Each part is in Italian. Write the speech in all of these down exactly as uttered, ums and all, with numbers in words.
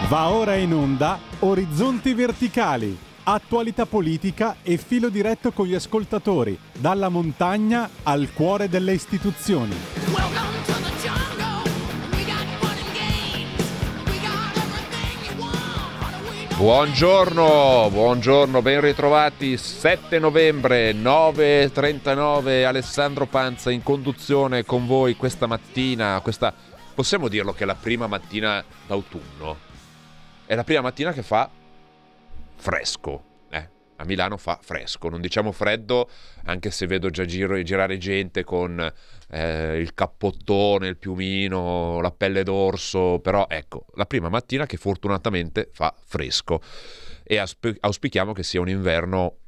Va ora in onda Orizzonti Verticali, attualità politica e filo diretto con gli ascoltatori, dalla montagna al cuore delle istituzioni. Buongiorno, buongiorno, ben ritrovati. Sette novembre, nove e trentanove, Alessandro Panza in conduzione con voi questa mattina. Questa, possiamo dirlo che è la prima mattina d'autunno? È la prima mattina che fa fresco, eh? A Milano fa fresco, non diciamo freddo, anche se vedo già giro, girare gente con eh, il cappottone, il piumino, la pelle d'orso, però ecco, la prima mattina che fortunatamente fa fresco e ausp- auspichiamo che sia un inverno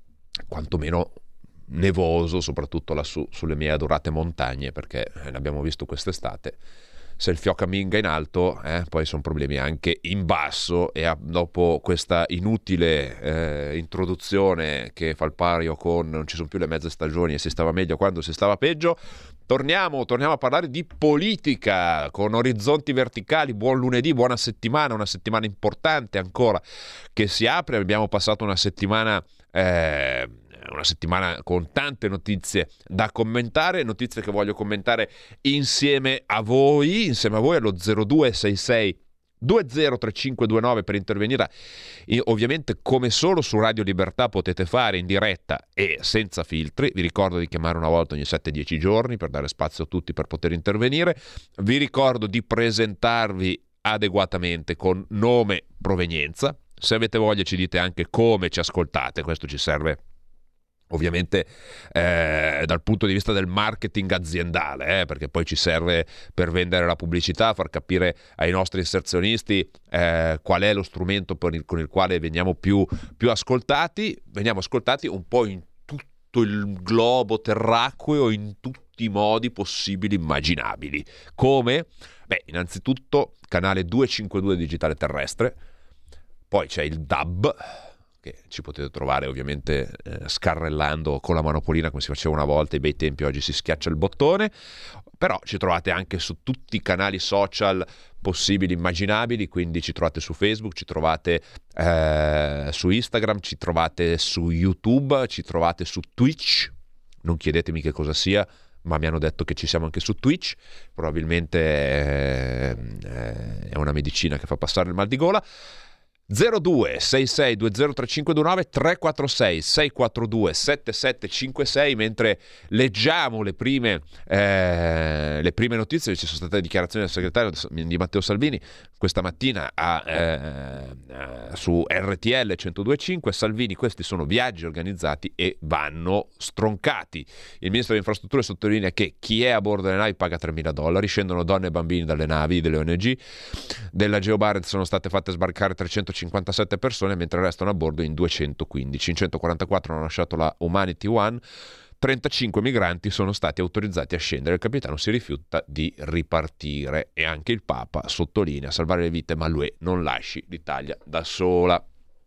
quantomeno nevoso, soprattutto lassù sulle mie adorate montagne, perché l'abbiamo visto quest'estate. Se il fioca minga in alto, eh, poi sono problemi anche in basso, e a, dopo questa inutile eh, introduzione che fa il paio con non ci sono più le mezze stagioni e si stava meglio quando si stava peggio, torniamo, torniamo a parlare di politica con Orizzonti Verticali. Buon lunedì, buona settimana, una settimana importante ancora che si apre. Abbiamo passato una settimana... Eh, una settimana con tante notizie da commentare, notizie che voglio commentare insieme a voi, insieme a voi allo zero due sei sei due zero tre cinque due nove per intervenire. E ovviamente, come solo su Radio Libertà potete fare, in diretta e senza filtri. Vi ricordo di chiamare una volta ogni sette dieci giorni per dare spazio a tutti per poter intervenire. Vi ricordo di presentarvi adeguatamente con nome, provenienza. Se avete voglia ci dite anche come ci ascoltate, questo ci serve ovviamente eh, dal punto di vista del marketing aziendale, eh, perché poi ci serve per vendere la pubblicità, far capire ai nostri inserzionisti eh, qual è lo strumento per il, con il quale veniamo più, più ascoltati. Veniamo ascoltati un po' in tutto il globo terracqueo, in tutti i modi possibili immaginabili. Come? Beh, innanzitutto canale duecentocinquantadue digitale terrestre, poi c'è il D A B, che ci potete trovare ovviamente eh, scarrellando con la manopolina come si faceva una volta, ai bei tempi. Oggi si schiaccia il bottone, però ci trovate anche su tutti i canali social possibili, immaginabili, quindi ci trovate su Facebook, ci trovate eh, su Instagram, ci trovate su YouTube, ci trovate su Twitch, non chiedetemi che cosa sia, ma mi hanno detto che ci siamo anche su Twitch, probabilmente eh, eh, è una medicina che fa passare il mal di gola. zero due sei sei due zero tre cinque due nove tre quattro sei sei quattro due sette sette cinque sei. Mentre leggiamo le prime eh, le prime notizie, ci sono state dichiarazioni del segretario di Matteo Salvini questa mattina a, eh, su R T L centodue e cinque. Salvini: questi sono viaggi organizzati e vanno stroncati. Il ministro delle infrastrutture sottolinea che chi è a bordo delle navi paga tremila dollari, scendono donne e bambini dalle navi delle O N G. Della Geo Barents sono state fatte sbarcare trecentocinquantasette persone, mentre restano a bordo in duecentoquindici. In centoquarantaquattro hanno lasciato la Humanity One, trentacinque migranti sono stati autorizzati a scendere, il capitano si rifiuta di ripartire. E anche il Papa sottolinea: salvare le vite, ma l'U E non lasci l'Italia da sola.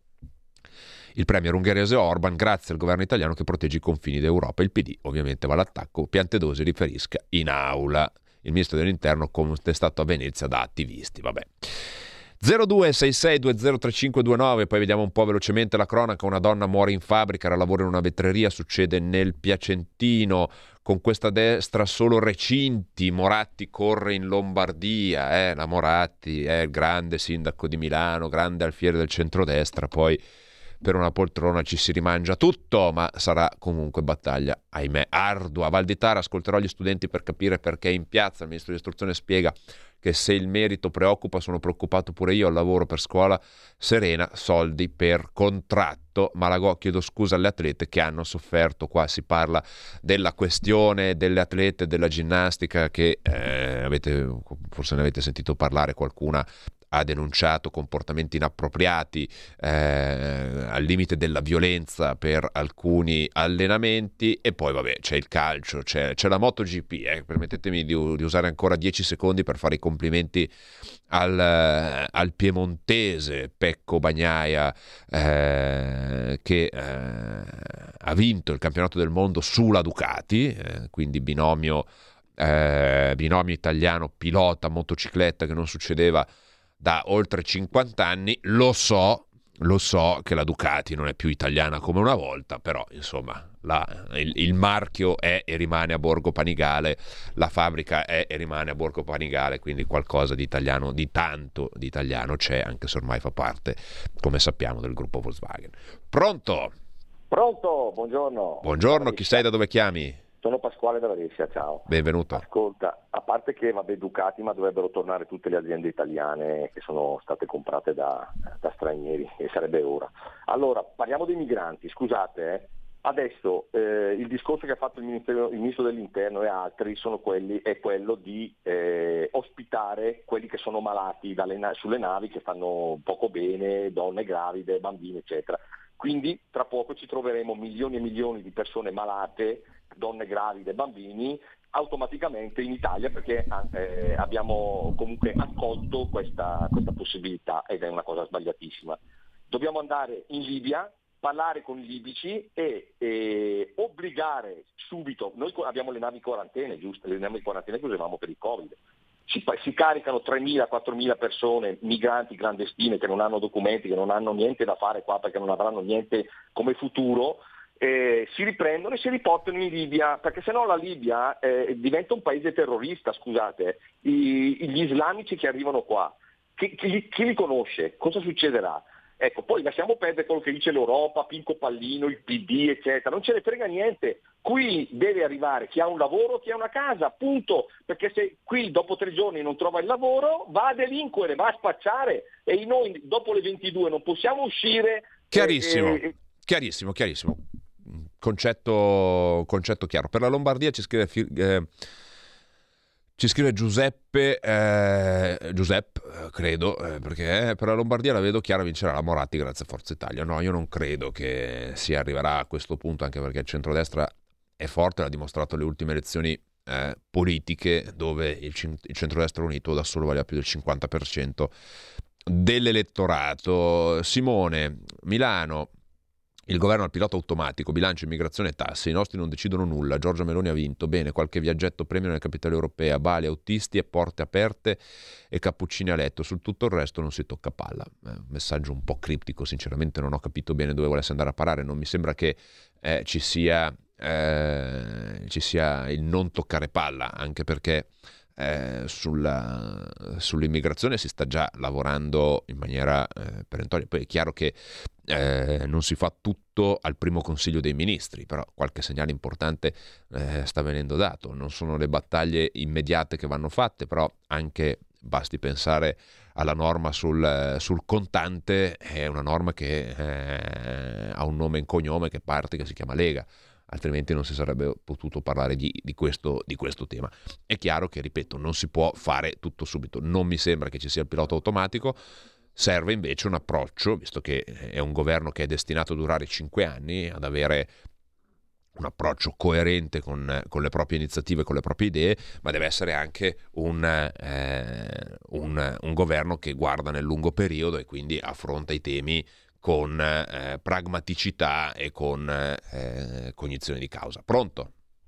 Il premier ungherese Orban: grazie al governo italiano che protegge i confini d'Europa. Il P D ovviamente va all'attacco: Piantedosi riferisca in aula. Il ministro dell'interno contestato a Venezia da attivisti. Vabbè. zero due sei sei due zero tre cinque due nove. Poi vediamo un po' velocemente la cronaca. Una donna muore in fabbrica, era lavoro in una vetreria, succede nel Piacentino. Con questa destra solo recinti. Moratti corre in Lombardia, eh? La Moratti è il grande sindaco di Milano, grande alfiere del centrodestra, poi per una poltrona ci si rimangia tutto, ma sarà comunque battaglia, ahimè, ardua. Val di Tara: ascolterò gli studenti per capire perché in piazza. Il ministro dell'istruzione spiega che se il merito preoccupa, sono preoccupato pure io, al lavoro per scuola serena, soldi per contratto. Malagò: chiedo scusa alle atlete che hanno sofferto. Qua si parla della questione delle atlete della ginnastica che eh, avete, forse ne avete sentito parlare, qualcuna ha denunciato comportamenti inappropriati eh, al limite della violenza per alcuni allenamenti. E poi vabbè, c'è il calcio, c'è, c'è la MotoGP, eh. Permettetemi di, di usare ancora dieci secondi per fare i complimenti al, al piemontese Pecco Bagnaia, eh, che eh, ha vinto il campionato del mondo sulla Ducati, eh, quindi binomio, eh, binomio italiano pilota motocicletta, che non succedeva da oltre cinquanta anni. Lo so, lo so che la Ducati non è più italiana come una volta, però insomma la, il, il marchio è e rimane a Borgo Panigale, la fabbrica è e rimane a Borgo Panigale, quindi qualcosa di italiano, di tanto di italiano c'è, anche se ormai fa parte, come sappiamo, del gruppo Volkswagen. Pronto? Pronto, buongiorno. Buongiorno, chi sei, da dove chiami? Sono Pasquale da Brescia, ciao. Benvenuto. Ascolta, a parte che vabbè Ducati, ma dovrebbero tornare tutte le aziende italiane che sono state comprate da, da stranieri, e sarebbe ora. Allora, parliamo dei migranti, scusate, eh. Adesso eh, il discorso che ha fatto il, Ministero, il Ministro dell'Interno e altri sono quelli, è quello di eh, ospitare quelli che sono malati dalle, sulle navi, che stanno poco bene, donne gravide, bambini, eccetera. Quindi tra poco ci troveremo milioni e milioni di persone malate, donne gravide, bambini, automaticamente in Italia, perché eh, abbiamo comunque accolto questa, questa possibilità, ed è una cosa sbagliatissima. Dobbiamo andare in Libia, parlare con i libici e, e obbligare subito, noi abbiamo le navi quarantene, giusto? Le navi quarantene che usavamo per il Covid. Si, si caricano tremila quattromila persone, migranti clandestine che non hanno documenti, che non hanno niente da fare qua perché non avranno niente come futuro, eh, si riprendono e si riportano in Libia, perché sennò la Libia eh, diventa un paese terrorista, scusate, I, gli islamici che arrivano qua, chi, chi, chi li conosce? Cosa succederà? Ecco, poi lasciamo perdere quello che dice l'Europa, Pinco Pallino, il P D, eccetera, non ce ne frega niente. Qui deve arrivare chi ha un lavoro, chi ha una casa, punto, perché se qui dopo tre giorni non trova il lavoro va a delinquere, va a spacciare, e noi dopo le ventidue non possiamo uscire. Chiarissimo, eh, eh, chiarissimo, chiarissimo. Concetto, concetto chiaro. Per la Lombardia ci scrive... Eh... Ci scrive Giuseppe, eh, Giuseppe, credo, eh, perché per la Lombardia la vedo chiara, vincerà la Moratti grazie a Forza Italia. No, io non credo che si arriverà a questo punto, anche perché il centrodestra è forte, l'ha dimostrato alle ultime elezioni eh, politiche, dove il, il centrodestra unito da solo valeva più del cinquanta per cento dell'elettorato. Simone, Milano... Il governo al pilota automatico, bilancio, immigrazione e tasse, i nostri non decidono nulla, Giorgia Meloni ha vinto, bene, qualche viaggetto premio nelle capitali europee, Bali, autisti e porte aperte e cappuccini a letto, sul tutto il resto non si tocca palla. Eh, un messaggio un po' criptico, sinceramente non ho capito bene dove volesse andare a parare, non mi sembra che eh, ci sia, eh, ci sia il non toccare palla, anche perché Eh, sulla, sull'immigrazione si sta già lavorando in maniera eh, perentoria. Poi è chiaro che eh, non si fa tutto al primo Consiglio dei Ministri, però qualche segnale importante eh, sta venendo dato. Non sono le battaglie immediate che vanno fatte, però anche basti pensare alla norma sul, sul contante, è una norma che eh, ha un nome e un cognome che parte, che si chiama Lega, altrimenti non si sarebbe potuto parlare di, di, questo, di questo tema. È chiaro che, ripeto, non si può fare tutto subito, non mi sembra che ci sia il pilota automatico, serve invece un approccio, visto che è un governo che è destinato a durare cinque anni, ad avere un approccio coerente con, con le proprie iniziative, con le proprie idee, ma deve essere anche un, eh, un, un governo che guarda nel lungo periodo e quindi affronta i temi con eh, pragmaticità e con eh, cognizione di causa. Pronto?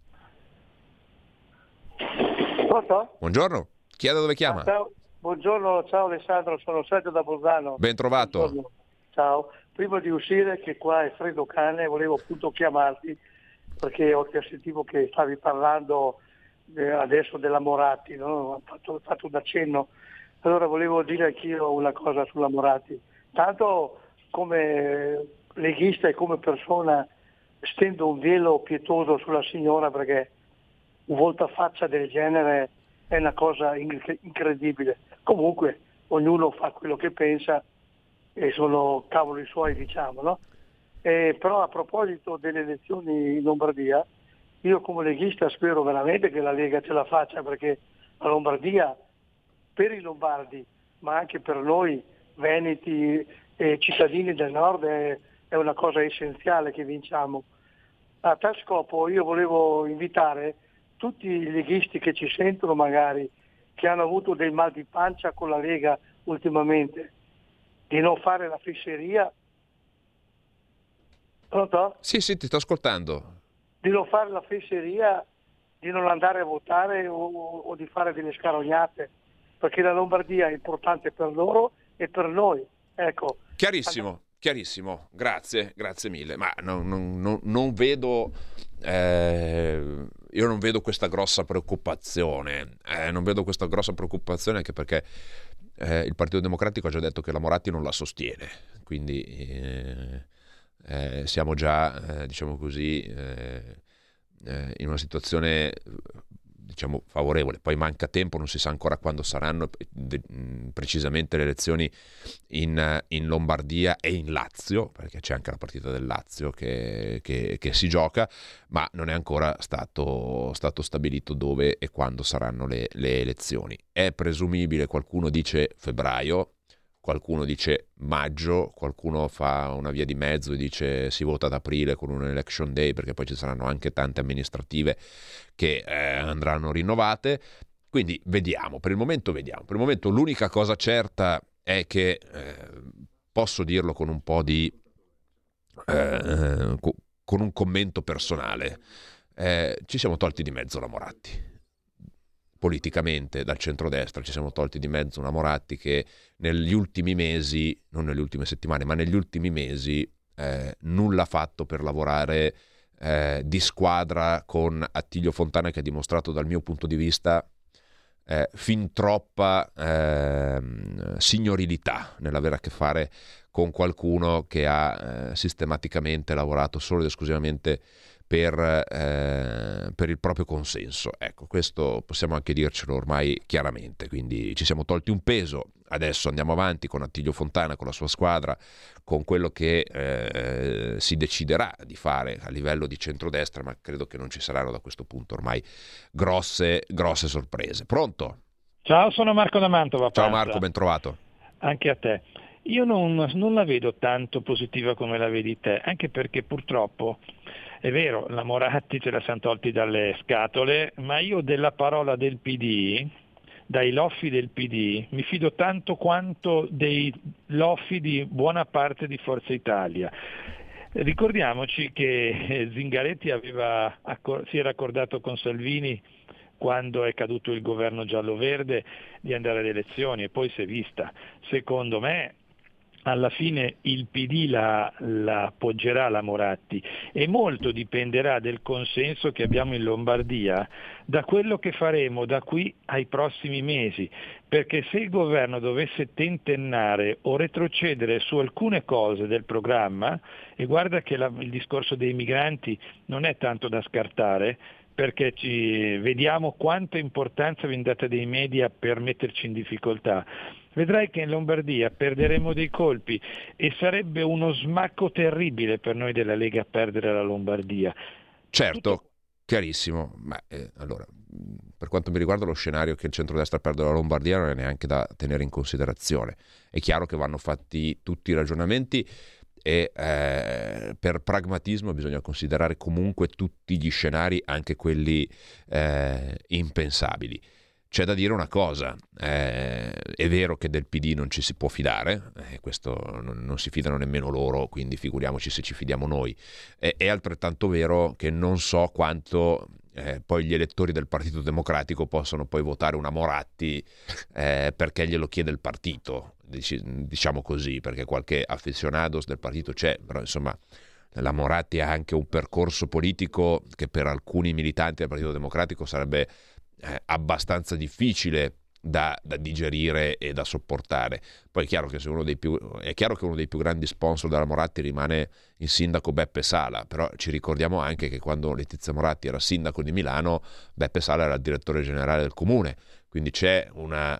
Pronto? Buongiorno, chi è, da dove chiama? Ah, ciao. Buongiorno, ciao Alessandro, sono Sergio da Bolzano. Ben trovato. Buongiorno. Ciao, prima di uscire, che qua è freddo cane, volevo appunto chiamarti perché ho sentito che stavi parlando eh, adesso della Moratti, no? Ho fatto, ho fatto un accenno, allora volevo dire anch'io una cosa sulla Moratti. Tanto come leghista e come persona stendo un velo pietoso sulla signora, perché un voltafaccia del genere è una cosa incredibile. Comunque ognuno fa quello che pensa e sono cavoli suoi, diciamo, no? E però a proposito delle elezioni in Lombardia, io come leghista spero veramente che la Lega ce la faccia, perché la Lombardia per i lombardi, ma anche per noi veneti e cittadini del nord è, è una cosa essenziale che vinciamo. A tal scopo io volevo invitare tutti i leghisti che ci sentono, magari, che hanno avuto dei mal di pancia con la Lega ultimamente, di non fare la fesseria. Pronto? Sì, sì, ti sto ascoltando. Di non fare la fesseria, di non andare a votare o, o di fare delle scarognate, perché la Lombardia è importante per loro e per noi. Ecco. Chiarissimo, chiarissimo, grazie, grazie mille. Ma non, non, non, non vedo, eh, io non vedo questa grossa preoccupazione, eh, non vedo questa grossa preoccupazione anche perché eh, il Partito Democratico ha già detto che la Moratti non la sostiene, quindi eh, eh, siamo già, eh, diciamo così, eh, eh, in una situazione diciamo favorevole. Poi manca tempo, non si sa ancora quando saranno de- precisamente le elezioni in, in Lombardia e in Lazio, perché c'è anche la partita del Lazio che, che, che si gioca, ma non è ancora stato, stato stabilito dove e quando saranno le, le elezioni. È presumibile, qualcuno dice febbraio, qualcuno dice maggio, qualcuno fa una via di mezzo e dice si vota ad aprile con un election day, perché poi ci saranno anche tante amministrative che eh, andranno rinnovate. Quindi vediamo, per il momento vediamo. Per il momento l'unica cosa certa è che, eh, posso dirlo con un po' di... Eh, con un commento personale, eh, ci siamo tolti di mezzo la Moratti. Politicamente dal centrodestra ci siamo tolti di mezzo una Moratti che negli ultimi mesi, non nelle ultime settimane, ma negli ultimi mesi eh, nulla ha fatto per lavorare eh, di squadra con Attilio Fontana, che ha dimostrato dal mio punto di vista eh, fin troppa eh, signorilità nell'avere a che fare con qualcuno che ha eh, sistematicamente lavorato solo ed esclusivamente Per, eh, per il proprio consenso. Ecco, questo possiamo anche dircelo ormai chiaramente, quindi ci siamo tolti un peso, adesso andiamo avanti con Attilio Fontana, con la sua squadra, con quello che eh, si deciderà di fare a livello di centrodestra, ma credo che non ci saranno da questo punto ormai grosse, grosse sorprese. Pronto? Ciao, sono Marco da Mantova. Ciao Marco, ben trovato. Anche a te. Io non, non la vedo tanto positiva come la vedi te, anche perché purtroppo è vero, la Moratti ce la siamo tolti dalle scatole, ma io della parola del P D, dai loffi del P D, mi fido tanto quanto dei loffi di buona parte di Forza Italia. Ricordiamoci che Zingaretti aveva, si era accordato con Salvini quando è caduto il governo giallo-verde di andare alle elezioni e poi si è vista. Secondo me alla fine il P D la, la appoggerà la Moratti e molto dipenderà del consenso che abbiamo in Lombardia da quello che faremo da qui ai prossimi mesi, perché se il governo dovesse tentennare o retrocedere su alcune cose del programma, e guarda che la, il discorso dei migranti non è tanto da scartare, perché ci vediamo quanta importanza viene data dei media per metterci in difficoltà, vedrai che in Lombardia perderemo dei colpi e sarebbe uno smacco terribile per noi della Lega perdere la Lombardia. Certo, Tutto... chiarissimo, ma eh, allora, per quanto mi riguarda lo scenario che il centrodestra perde la Lombardia non è neanche da tenere in considerazione. È chiaro che vanno fatti tutti i ragionamenti e eh, per pragmatismo bisogna considerare comunque tutti gli scenari, anche quelli eh, impensabili. C'è da dire una cosa, eh, è vero che del P D non ci si può fidare, eh, questo non, non si fidano nemmeno loro, quindi figuriamoci se ci fidiamo noi. Eh, è altrettanto vero che non so quanto eh, poi gli elettori del Partito Democratico possono poi votare una Moratti eh, perché glielo chiede il partito, diciamo così, perché qualche aficionados del partito c'è, però insomma la Moratti ha anche un percorso politico che per alcuni militanti del Partito Democratico sarebbe Eh, abbastanza difficile da, da digerire e da sopportare. Poi è chiaro che se uno dei più è chiaro che uno dei più grandi sponsor della Moratti rimane il sindaco Beppe Sala, però ci ricordiamo anche che quando Letizia Moratti era sindaco di Milano, Beppe Sala era il direttore generale del comune, quindi c'è una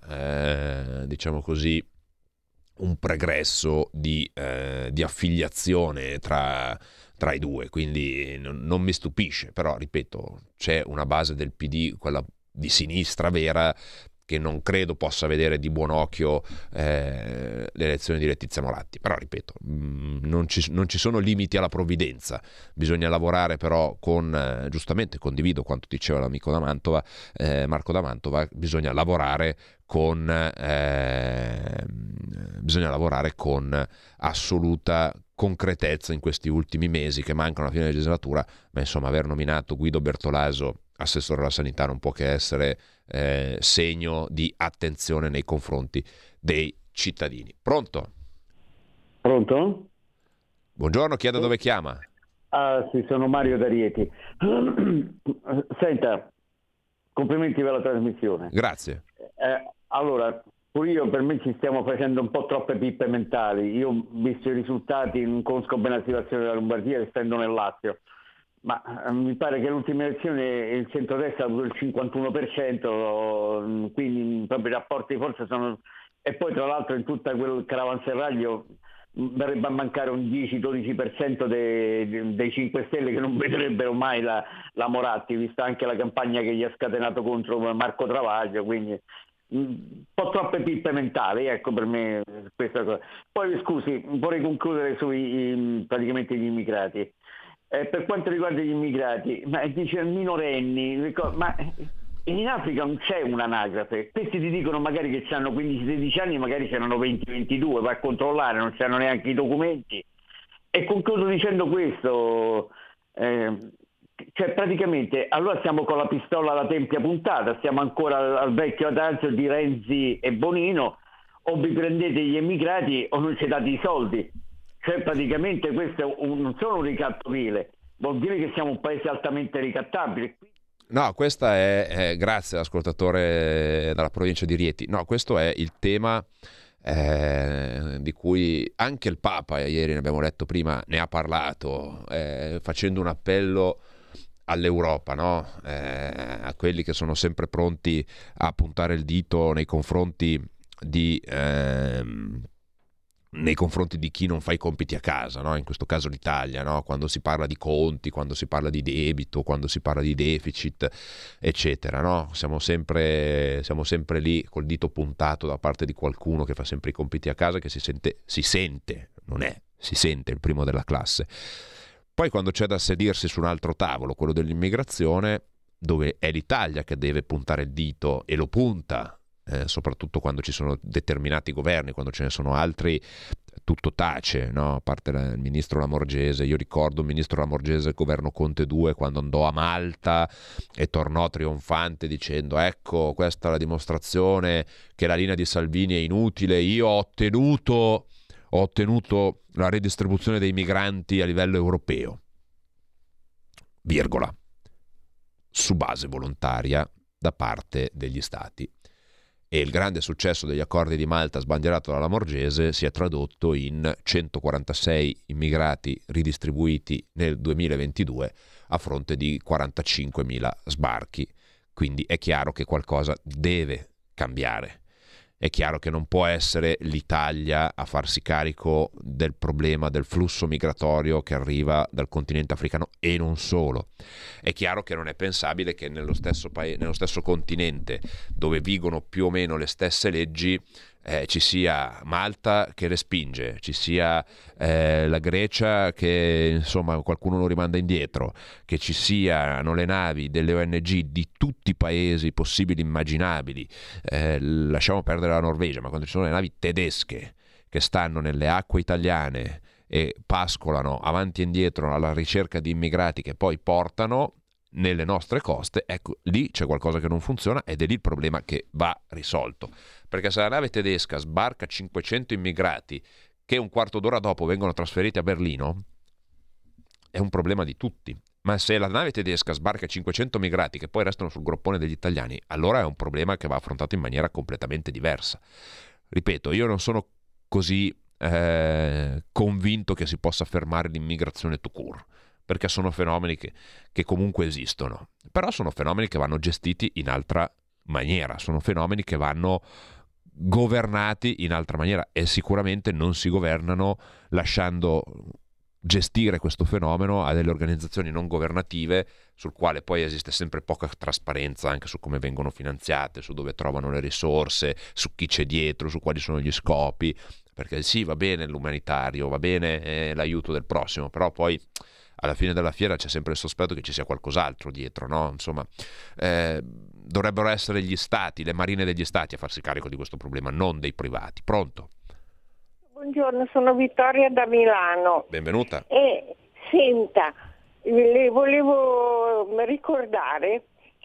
eh, diciamo così un pregresso di, eh, di affiliazione tra tra i due, quindi non, non mi stupisce, però ripeto, c'è una base del P D, quella di sinistra vera, che non credo possa vedere di buon occhio eh, le elezioni di Letizia Moratti, però ripeto, mh, non, ci, non ci sono limiti alla provvidenza, bisogna lavorare però con, eh, giustamente condivido quanto diceva l'amico da Mantova, eh, Marco da Mantova, bisogna lavorare con eh, bisogna lavorare con assoluta concretezza in questi ultimi mesi che mancano alla fine della legislatura, ma insomma aver nominato Guido Bertolaso assessore alla sanità non può che essere eh, segno di attenzione nei confronti dei cittadini. Pronto? Pronto? Buongiorno, chiedo dove chiama. Ah sì, sono Mario da Rieti. Senta, complimenti per la trasmissione. Grazie. Eh, allora, pure io, per me ci stiamo facendo un po' troppe pippe mentali. Io ho visto i risultati, non conosco bene la situazione della Lombardia, essendo nel Lazio, ma eh, mi pare che l'ultima elezione il centrodestra ha avuto il cinquantuno per cento, quindi proprio i rapporti forse sono... E poi tra l'altro in tutta quel caravanserraglio verrebbe a mancare un dieci dodici per cento dei, dei cinque Stelle, che non vedrebbero mai la, la Moratti, vista anche la campagna che gli ha scatenato contro Marco Travaglio, quindi un po' troppe pippe mentali, ecco, per me questa cosa. Poi scusi, vorrei concludere sui praticamente gli immigrati. Eh, per quanto riguarda gli immigrati, ma dice minorenni, ma in Africa non c'è un'anagrafe, questi ti dicono magari che hanno quindici sedici anni, magari c'erano venti ventidue, va a controllare, non c'hanno neanche i documenti. E concludo dicendo questo, eh, cioè praticamente allora siamo con la pistola alla tempia puntata, stiamo ancora al vecchio adagio di Renzi e Bonino: o vi prendete gli immigrati o non ci date i soldi. Cioè praticamente questo è un, non solo un ricatto vile, vuol dire che siamo un paese altamente ricattabile. No, questa è, è grazie all'ascoltatore dalla provincia di Rieti. No, questo è il tema eh, di cui anche il Papa, ieri ne abbiamo letto prima, ne ha parlato, eh, facendo un appello all'Europa, no? eh, a quelli che sono sempre pronti a puntare il dito nei confronti di... Ehm, nei confronti di chi non fa i compiti a casa, no? In questo caso l'Italia, no? Quando si parla di conti, quando si parla di debito, quando si parla di deficit, eccetera, no? Siamo sempre, siamo sempre lì col dito puntato da parte di qualcuno che fa sempre i compiti a casa, che si sente, si sente, non è, si sente il primo della classe. Poi quando c'è da sedersi su un altro tavolo, quello dell'immigrazione, dove è l'Italia che deve puntare il dito e lo punta, Eh, soprattutto quando ci sono determinati governi, quando ce ne sono altri tutto tace, no? A parte la, il ministro Lamorgese. Io ricordo il ministro Lamorgese del governo Conte due quando andò a Malta e tornò trionfante dicendo: ecco, questa è la dimostrazione che la linea di Salvini è inutile, io ho ottenuto ho ottenuto la redistribuzione dei migranti a livello europeo, virgola, su base volontaria da parte degli stati. E il grande successo degli accordi di Malta sbandierato dalla Lamorgese si è tradotto in centoquarantasei immigrati ridistribuiti nel duemilaventidue a fronte di quarantacinquemila sbarchi. Quindi è chiaro che qualcosa deve cambiare. È chiaro che non può essere l'Italia a farsi carico del problema del flusso migratorio che arriva dal continente africano e non solo. È chiaro che non è pensabile che nello stesso paese, nello stesso continente, dove vigono più o meno le stesse leggi, eh, ci sia Malta che respinge, ci sia eh, la Grecia che insomma qualcuno lo rimanda indietro, che ci siano le navi delle O N G di tutti i paesi possibili e immaginabili. Eh, lasciamo perdere la Norvegia, ma quando ci sono le navi tedesche che stanno nelle acque italiane e pascolano avanti e indietro alla ricerca di immigrati che poi portano nelle nostre coste, ecco, lì c'è qualcosa che non funziona ed è lì il problema che va risolto. Perché se la nave tedesca sbarca cinquecento immigrati che un quarto d'ora dopo vengono trasferiti a Berlino, è un problema di tutti. Ma se la nave tedesca sbarca cinquecento immigrati che poi restano sul groppone degli italiani, allora è un problema che va affrontato in maniera completamente diversa. Ripeto, io non sono così eh, convinto che si possa fermare l'immigrazione tout court, perché sono fenomeni che, che comunque esistono, però sono fenomeni che vanno gestiti in altra maniera, sono fenomeni che vanno governati in altra maniera e sicuramente non si governano lasciando gestire questo fenomeno a delle organizzazioni non governative sul quale poi esiste sempre poca trasparenza anche su come vengono finanziate, su dove trovano le risorse, su chi c'è dietro, su quali sono gli scopi, perché sì, va bene l'umanitario, va bene eh, l'aiuto del prossimo, però poi alla fine della fiera c'è sempre il sospetto che ci sia qualcos'altro dietro, no? Insomma, eh, dovrebbero essere gli stati, le marine degli stati a farsi carico di questo problema, non dei privati. Pronto? Buongiorno, sono Vittoria da Milano. Benvenuta. E senta, le volevo ricordare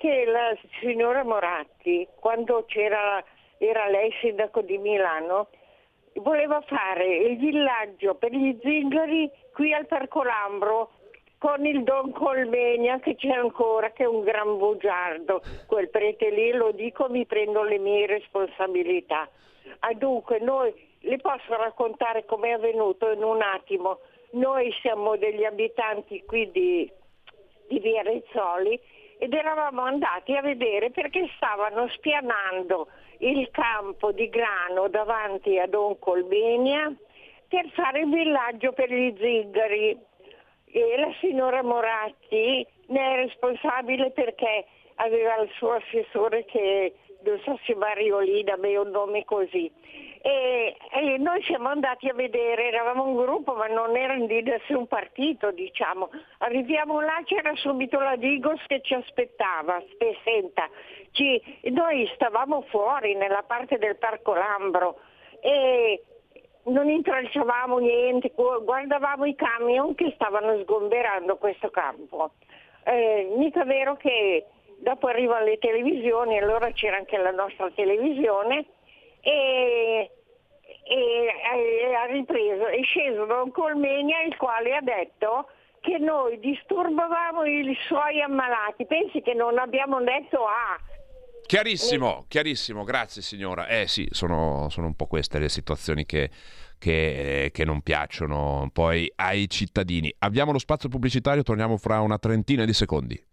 che la signora Moratti, quando c'era era lei sindaco di Milano, voleva fare il villaggio per gli zingari qui al Parco Lambro con il Don Colmenia che c'è ancora, che è un gran bugiardo, quel prete lì, lo dico, mi prendo le mie responsabilità. Ah, dunque, noi le posso raccontare com'è avvenuto in un attimo. Noi siamo degli abitanti qui di, di Via Rezzoli ed eravamo andati a vedere perché stavano spianando il campo di grano davanti a Don Colmenia per fare il villaggio per gli zingari. E la signora Moratti ne è responsabile perché aveva il suo assessore che, non so se Mariolina, ma è un nome così. E, e noi siamo andati a vedere, eravamo un gruppo ma non era di nessun partito, diciamo. Arriviamo là, c'era subito la Digos che ci aspettava. Senta, ci, noi stavamo fuori nella parte del Parco Lambro e non intralciavamo niente, guardavamo i camion che stavano sgomberando questo campo. Eh, mica vero che dopo arrivano le televisioni, allora c'era anche la nostra televisione e, e ha ripreso, è sceso Don Colmenia, il quale ha detto che noi disturbavamo i suoi ammalati. Pensi che non abbiamo detto A. Ah, Chiarissimo, chiarissimo, grazie signora. Eh sì, sono, sono un po' queste le situazioni che, che, che non piacciono poi ai cittadini. Abbiamo lo spazio pubblicitario, torniamo fra una trentina di secondi.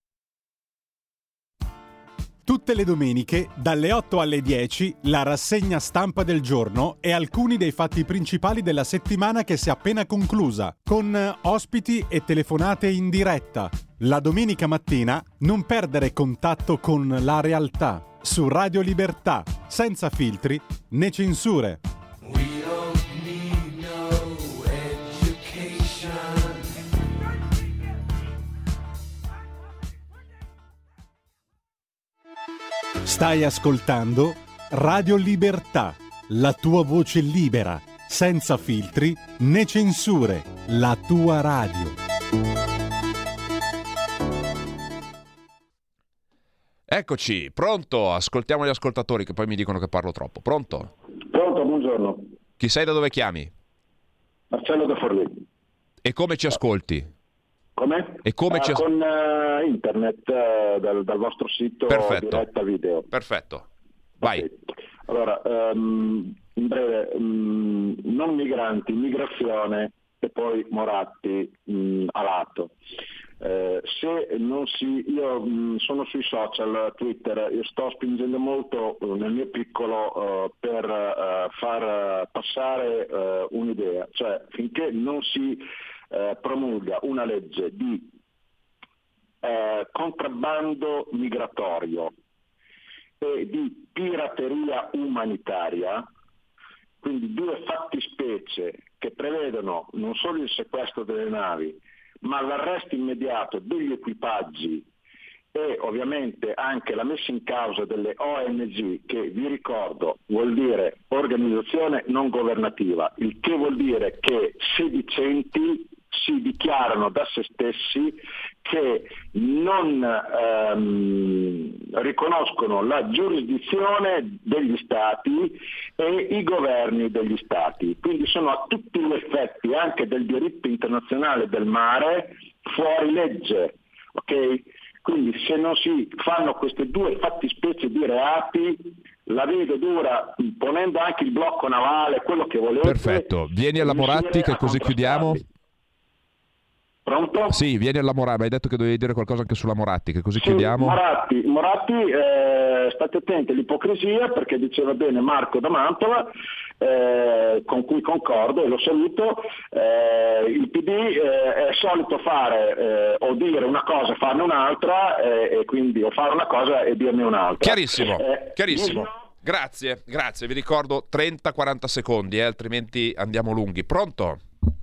Tutte le domeniche, dalle otto alle dieci, la rassegna stampa del giorno e alcuni dei fatti principali della settimana che si è appena conclusa, con ospiti e telefonate in diretta. La domenica mattina non perdere contatto con la realtà, su Radio Libertà, senza filtri né censure. Stai ascoltando Radio Libertà, la tua voce libera, senza filtri né censure, la tua radio. Eccoci, pronto? Ascoltiamo gli ascoltatori che poi mi dicono che parlo troppo. Pronto? Pronto, buongiorno. Chi sei, da dove chiami? Marcello da Forlì. E come ci ascolti? Come? E come ah, ci as- con uh, internet uh, dal, dal vostro sito. Perfetto. Diretta video. Perfetto. Vai. Okay. Allora, um, in breve, um, non migranti, migrazione e poi Moratti um, a lato. Eh, se non si, io mh, sono sui social, Twitter, io sto spingendo molto uh, nel mio piccolo uh, per uh, far passare uh, un'idea, cioè finché non si uh, promulga una legge di uh, contrabbando migratorio e di pirateria umanitaria, quindi due fattispecie che prevedono non solo il sequestro delle navi ma l'arresto immediato degli equipaggi e ovviamente anche la messa in causa delle O N G, che vi ricordo vuol dire organizzazione non governativa, il che vuol dire che sedicenti si dichiarano da se stessi che non ehm, riconoscono la giurisdizione degli stati e i governi degli stati, quindi sono a tutti gli effetti anche del diritto internazionale del mare fuori legge, ok? Quindi se non si fanno queste due fattispecie di reati, la vedo dura, ponendo anche il blocco navale, quello che volete. Perfetto, vieni alla Moratti che così chiudiamo. Pronto? Sì, vieni alla Moratti, hai detto che dovevi dire qualcosa anche sulla Moratti, che così sì, chiudiamo. Moratti, Moratti eh, state attenti all'ipocrisia, perché diceva bene Marco da Mantova, eh, con cui concordo e lo saluto, eh, il P D eh, è solito fare eh, o dire una cosa e farne un'altra, eh, e quindi o fare una cosa e dirne un'altra. Chiarissimo, eh, chiarissimo. io... Grazie, grazie, vi ricordo trenta quaranta secondi, eh, altrimenti andiamo lunghi. Pronto?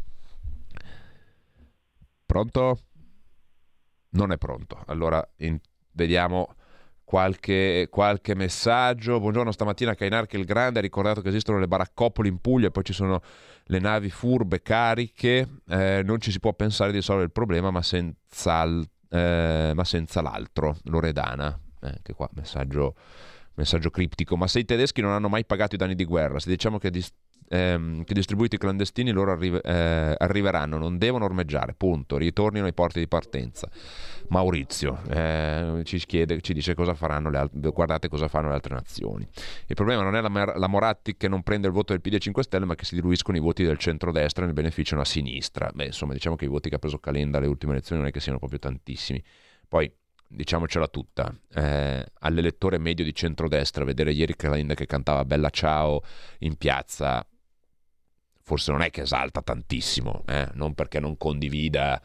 Pronto? Non è pronto. Allora in... vediamo qualche, qualche messaggio. Buongiorno, stamattina Cainarca il Grande ha ricordato che esistono le baraccopoli in Puglia e poi ci sono le navi furbe cariche. Eh, non ci si può pensare di risolvere il problema, ma senza, eh, ma senza l'altro, Loredana. Eh, anche qua messaggio, messaggio criptico. Ma se i tedeschi non hanno mai pagato i danni di guerra, se diciamo che, dis- ehm, che distribuiti clandestini loro arri- eh, arriveranno, non devono ormeggiare, punto, ritornino ai porti di partenza. Maurizio eh, ci chiede, ci dice cosa faranno le altre, guardate cosa fanno le altre nazioni. Il problema non è la, la Moratti che non prende il voto del P D cinque Stelle, ma che si diluiscono i voti del centrodestra e ne beneficiano a sinistra. Beh, insomma, diciamo che i voti che ha preso Calenda alle ultime elezioni non è che siano proprio tantissimi. Poi diciamocela tutta, eh, all'elettore medio di centrodestra vedere ieri Calenda che cantava Bella Ciao in piazza forse non è che esalta tantissimo, eh? Non perché non condivida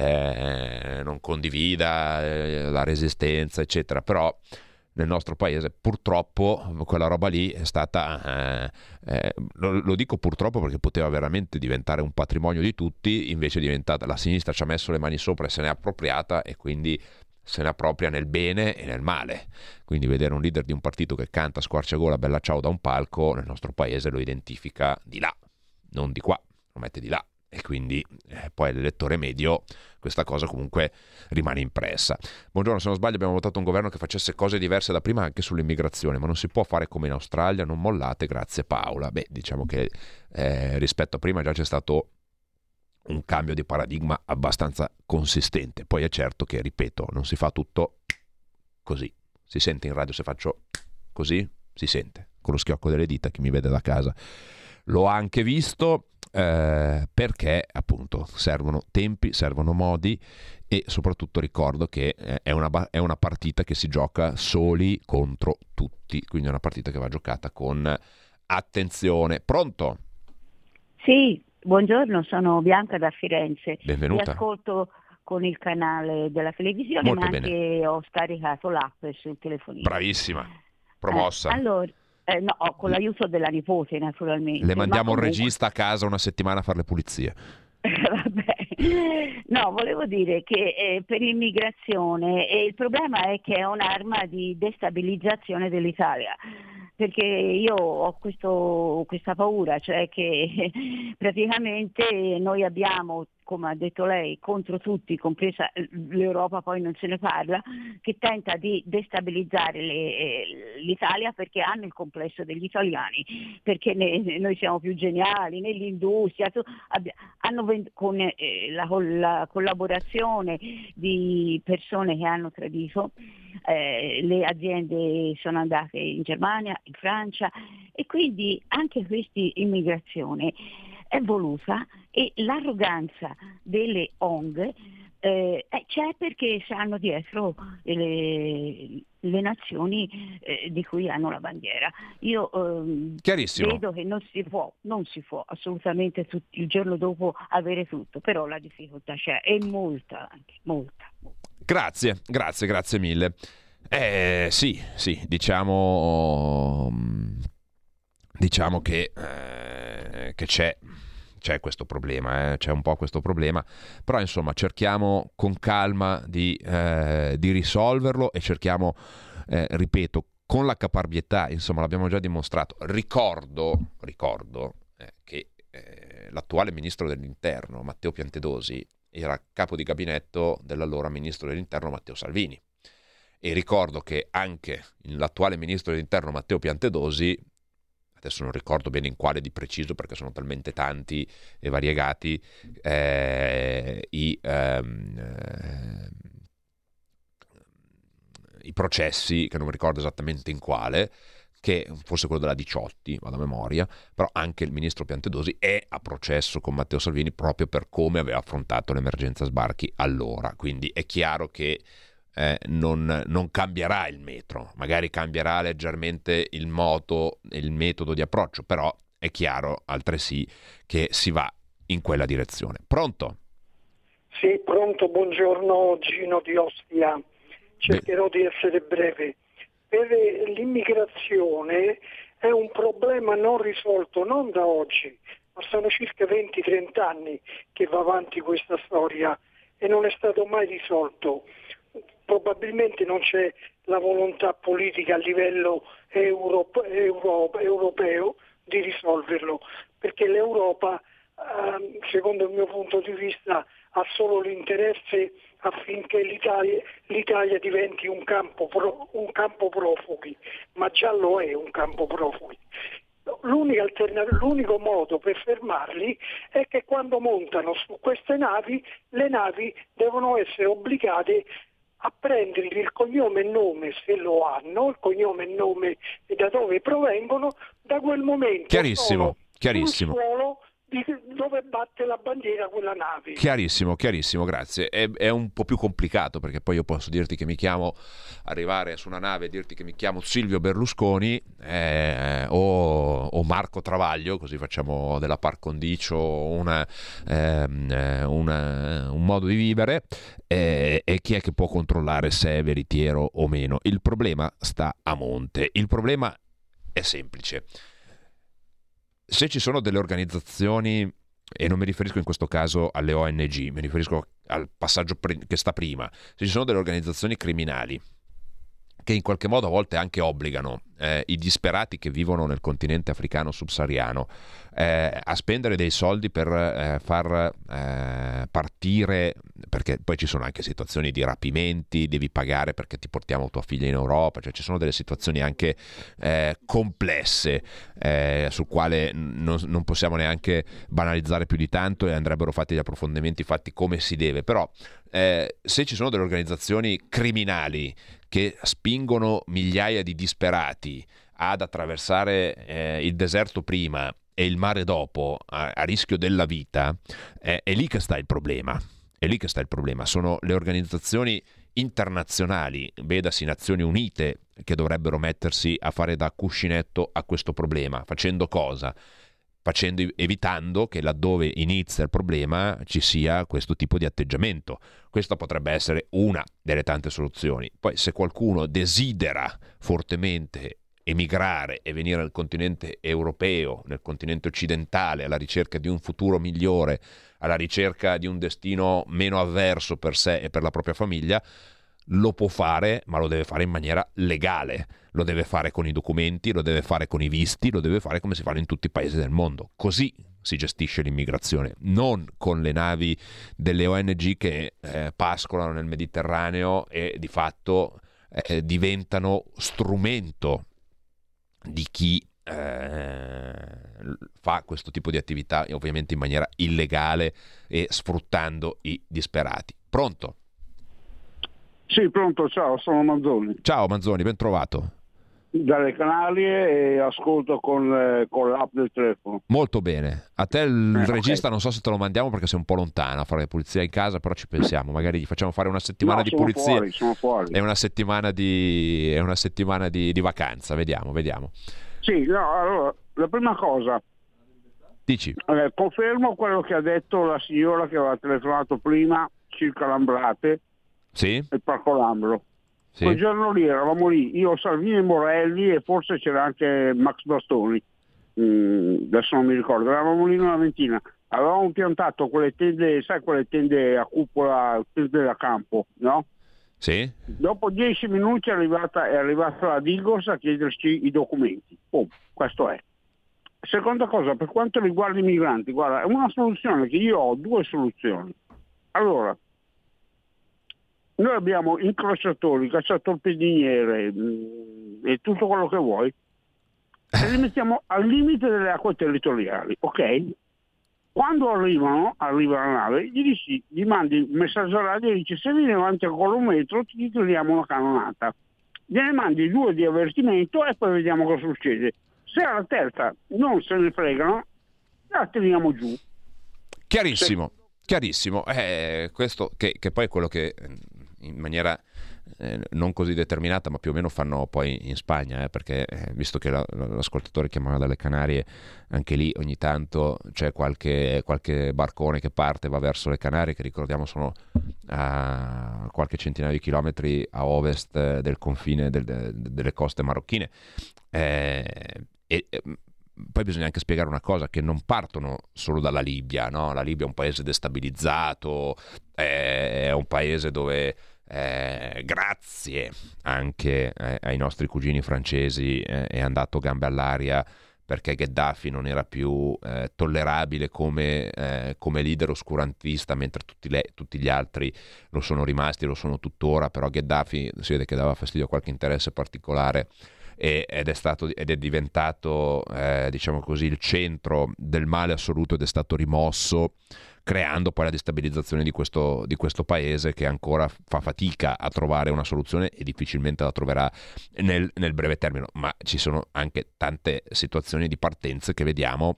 eh, non condivida eh, la resistenza eccetera, però nel nostro paese purtroppo quella roba lì è stata eh, eh, lo, lo dico purtroppo perché poteva veramente diventare un patrimonio di tutti, invece è diventata, la sinistra ci ha messo le mani sopra e se ne è appropriata e quindi se ne appropria nel bene e nel male. Quindi vedere un leader di un partito che canta a squarciagola Bella Ciao da un palco nel nostro paese lo identifica di là, non di qua, lo mette di là. E quindi eh, poi l'elettore medio questa cosa comunque rimane impressa. Buongiorno, se non sbaglio abbiamo votato un governo che facesse cose diverse da prima anche sull'immigrazione, ma non si può fare come in Australia, non mollate, grazie Paola. Beh, diciamo che eh, rispetto a prima già c'è stato un cambio di paradigma abbastanza consistente. Poi è certo che, ripeto, non si fa tutto così. Si sente in radio se faccio così? Si sente, con lo schiocco delle dita, chi mi vede da casa l'ho anche visto, eh, perché appunto servono tempi, servono modi e soprattutto ricordo che eh, è, una, è una partita che si gioca soli contro tutti, quindi è una partita che va giocata con attenzione. Pronto? Sì, buongiorno, sono Bianca da Firenze. Benvenuta. Vi ascolto con il canale della televisione, Molto ma bene. Anche ho scaricato l'app sul telefonino. Bravissima, promossa. Eh, allora, eh, no, con l'aiuto della nipote naturalmente. Le mandiamo ma comunque... un regista a casa una settimana a fare le pulizie. Vabbè. No, volevo dire che eh, per l'immigrazione eh, il problema è che è un'arma di destabilizzazione dell'Italia, perché io ho questo, questa paura, cioè che praticamente noi abbiamo, come ha detto lei, contro tutti, compresa l'Europa, poi non se ne parla, che tenta di destabilizzare le, l'Italia perché hanno il complesso degli italiani, perché ne, noi siamo più geniali nell'industria, tu, abbia, hanno vend- con eh, la, la collaborazione di persone che hanno tradito, eh, le aziende sono andate in Germania, in Francia e quindi anche questa immigrazione è voluta e l'arroganza delle O N G eh, c'è perché stanno dietro le, le nazioni eh, di cui hanno la bandiera. Io eh, vedo che non si può, non si può assolutamente tutti, il giorno dopo avere tutto, però la difficoltà c'è e molta, anche molta. Grazie, grazie, grazie mille. Eh, sì, sì, diciamo, diciamo che, eh, che c'è, c'è questo problema, eh, c'è un po' questo problema, però insomma cerchiamo con calma di, eh, di risolverlo e cerchiamo, eh, ripeto, con la caparbietà, insomma l'abbiamo già dimostrato. Ricordo, ricordo eh, che eh, l'attuale ministro dell'Interno, Matteo Piantedosi, era capo di gabinetto dell'allora ministro dell'Interno Matteo Salvini. E ricordo che anche l'attuale ministro dell'Interno Matteo Piantedosi, adesso non ricordo bene in quale di preciso perché sono talmente tanti e variegati eh, i, ehm, eh, i processi, che non mi ricordo esattamente in quale, che forse quello della Diciotti, vado a memoria, però anche il ministro Piantedosi è a processo con Matteo Salvini proprio per come aveva affrontato l'emergenza sbarchi allora, quindi è chiaro che eh, non, non cambierà il metro, magari cambierà leggermente il modo, il metodo di approccio, però è chiaro altresì che si va in quella direzione. Pronto? Sì, pronto, buongiorno Gino di Ostia, cercherò Beh. di essere breve. Per l'immigrazione è un problema non risolto, non da oggi, ma sono circa venti trenta anni che va avanti questa storia e non è stato mai risolto. Probabilmente non c'è la volontà politica a livello euro, euro, europeo di risolverlo, perché l'Europa ehm, secondo il mio punto di vista, ha solo l'interesse affinché l'Italia, l'Italia diventi un campo, pro, un campo profughi, ma già lo è un campo profughi. L'unica alternativa, l'unico modo per fermarli è che quando montano su queste navi, le navi devono essere obbligate a prendergli il cognome e nome, se lo hanno, il cognome e nome e da dove provengono, da quel momento chiarissimo, sono chiarissimo. sul suolo di dove batte la bandiera quella nave. Chiarissimo, chiarissimo, grazie. È, è un po' più complicato, perché poi io posso dirti che mi chiamo, arrivare su una nave e dirti che mi chiamo Silvio Berlusconi eh, o, o Marco Travaglio, così facciamo della par condicio una, eh, una, un modo di vivere, eh, e chi è che può controllare se è veritiero o meno? Il problema sta a monte. Il problema è semplice. Se ci sono delle organizzazioni, e non mi riferisco in questo caso alle O N G, mi riferisco al passaggio che sta prima, se ci sono delle organizzazioni criminali che in qualche modo a volte anche obbligano eh, i disperati che vivono nel continente africano subsahariano eh, a spendere dei soldi per eh, far eh, partire, perché poi ci sono anche situazioni di rapimenti, devi pagare perché ti portiamo tua figlia in Europa, cioè ci sono delle situazioni anche eh, complesse eh, sul quale non, non possiamo neanche banalizzare più di tanto, e andrebbero fatti gli approfondimenti fatti come si deve, però eh, se ci sono delle organizzazioni criminali che spingono migliaia di disperati ad attraversare eh, il deserto prima e il mare dopo a, a rischio della vita, eh, è lì che sta il problema. È lì che sta il problema. Sono le organizzazioni internazionali, vedasi Nazioni Unite, che dovrebbero mettersi a fare da cuscinetto a questo problema. Facendo cosa? Facendo, evitando che laddove inizia il problema ci sia questo tipo di atteggiamento. Questa potrebbe essere una delle tante soluzioni. Poi se qualcuno desidera fortemente emigrare e venire nel continente europeo, nel continente occidentale, alla ricerca di un futuro migliore, alla ricerca di un destino meno avverso per sé e per la propria famiglia, lo può fare, ma lo deve fare in maniera legale, lo deve fare con i documenti, lo deve fare con i visti, lo deve fare come si fanno in tutti i paesi del mondo. Così si gestisce l'immigrazione, non con le navi delle O N G che eh, pascolano nel Mediterraneo e di fatto eh, diventano strumento di chi eh, fa questo tipo di attività, ovviamente in maniera illegale e sfruttando i disperati. Pronto? Sì, pronto, ciao, sono Manzoni. Ciao Manzoni, ben trovato. Dalle Canarie, e ascolto con, eh, con l'app del telefono. Molto bene. A te il eh, regista okay. Non so se te lo mandiamo perché sei un po' lontano a fare pulizia in casa, però ci pensiamo, magari gli facciamo fare una settimana no, di sono pulizia fuori, sono fuori. e una settimana di, e una settimana di, di vacanza, vediamo, vediamo. Sì, no, allora, la prima cosa, dici? Eh, confermo quello che ha detto la signora che aveva telefonato prima circa Lambrate, sì? il Parco Lambro. Sì. Quel giorno lì eravamo lì, io, Salvini e Morelli, e forse c'era anche Max Bastoni, mm, adesso non mi ricordo, eravamo lì una ventina, avevamo piantato quelle tende, sai quelle tende a cupola, tende da campo, no? Sì. Dopo dieci minuti è arrivata, è arrivata la Digos a chiederci i documenti. Oh, questo è. Seconda cosa, per quanto riguarda i migranti, guarda, è una soluzione che io ho due soluzioni. Allora, noi abbiamo incrociatori, cacciatorpediniere mh, e tutto quello che vuoi, e li mettiamo al limite delle acque territoriali, ok? Quando arrivano, arriva la nave, gli, dici, gli mandi un messaggio radio e dici: se vieni avanti ancora un metro ti tiriamo una cannonata. Gliene mandi due di avvertimento e poi vediamo cosa succede. Se alla terza non se ne fregano, la tiriamo giù. Chiarissimo, se... chiarissimo. Eh, questo che, che poi è quello che in maniera eh, non così determinata, ma più o meno fanno poi in Spagna, eh, perché eh, visto che la, l'ascoltatore chiamava dalle Canarie, anche lì ogni tanto c'è qualche, qualche barcone che parte, va verso le Canarie, che ricordiamo sono a qualche centinaio di chilometri a ovest del confine del, de, delle coste marocchine. Eh, e, e poi bisogna anche spiegare una cosa, che non partono solo dalla Libia, no? La Libia è un paese destabilizzato, è un paese dove eh, grazie anche eh, ai nostri cugini francesi eh, è andato gambe all'aria perché Gheddafi non era più eh, tollerabile come, eh, come leader oscurantista, mentre tutti, le, tutti gli altri lo sono rimasti, lo sono tuttora, però Gheddafi si vede che dava fastidio a qualche interesse particolare ed è stato ed è diventato eh, diciamo così il centro del male assoluto ed è stato rimosso, creando poi la destabilizzazione di questo, di questo paese, che ancora fa fatica a trovare una soluzione e difficilmente la troverà nel, nel breve termine. Ma ci sono anche tante situazioni di partenze che vediamo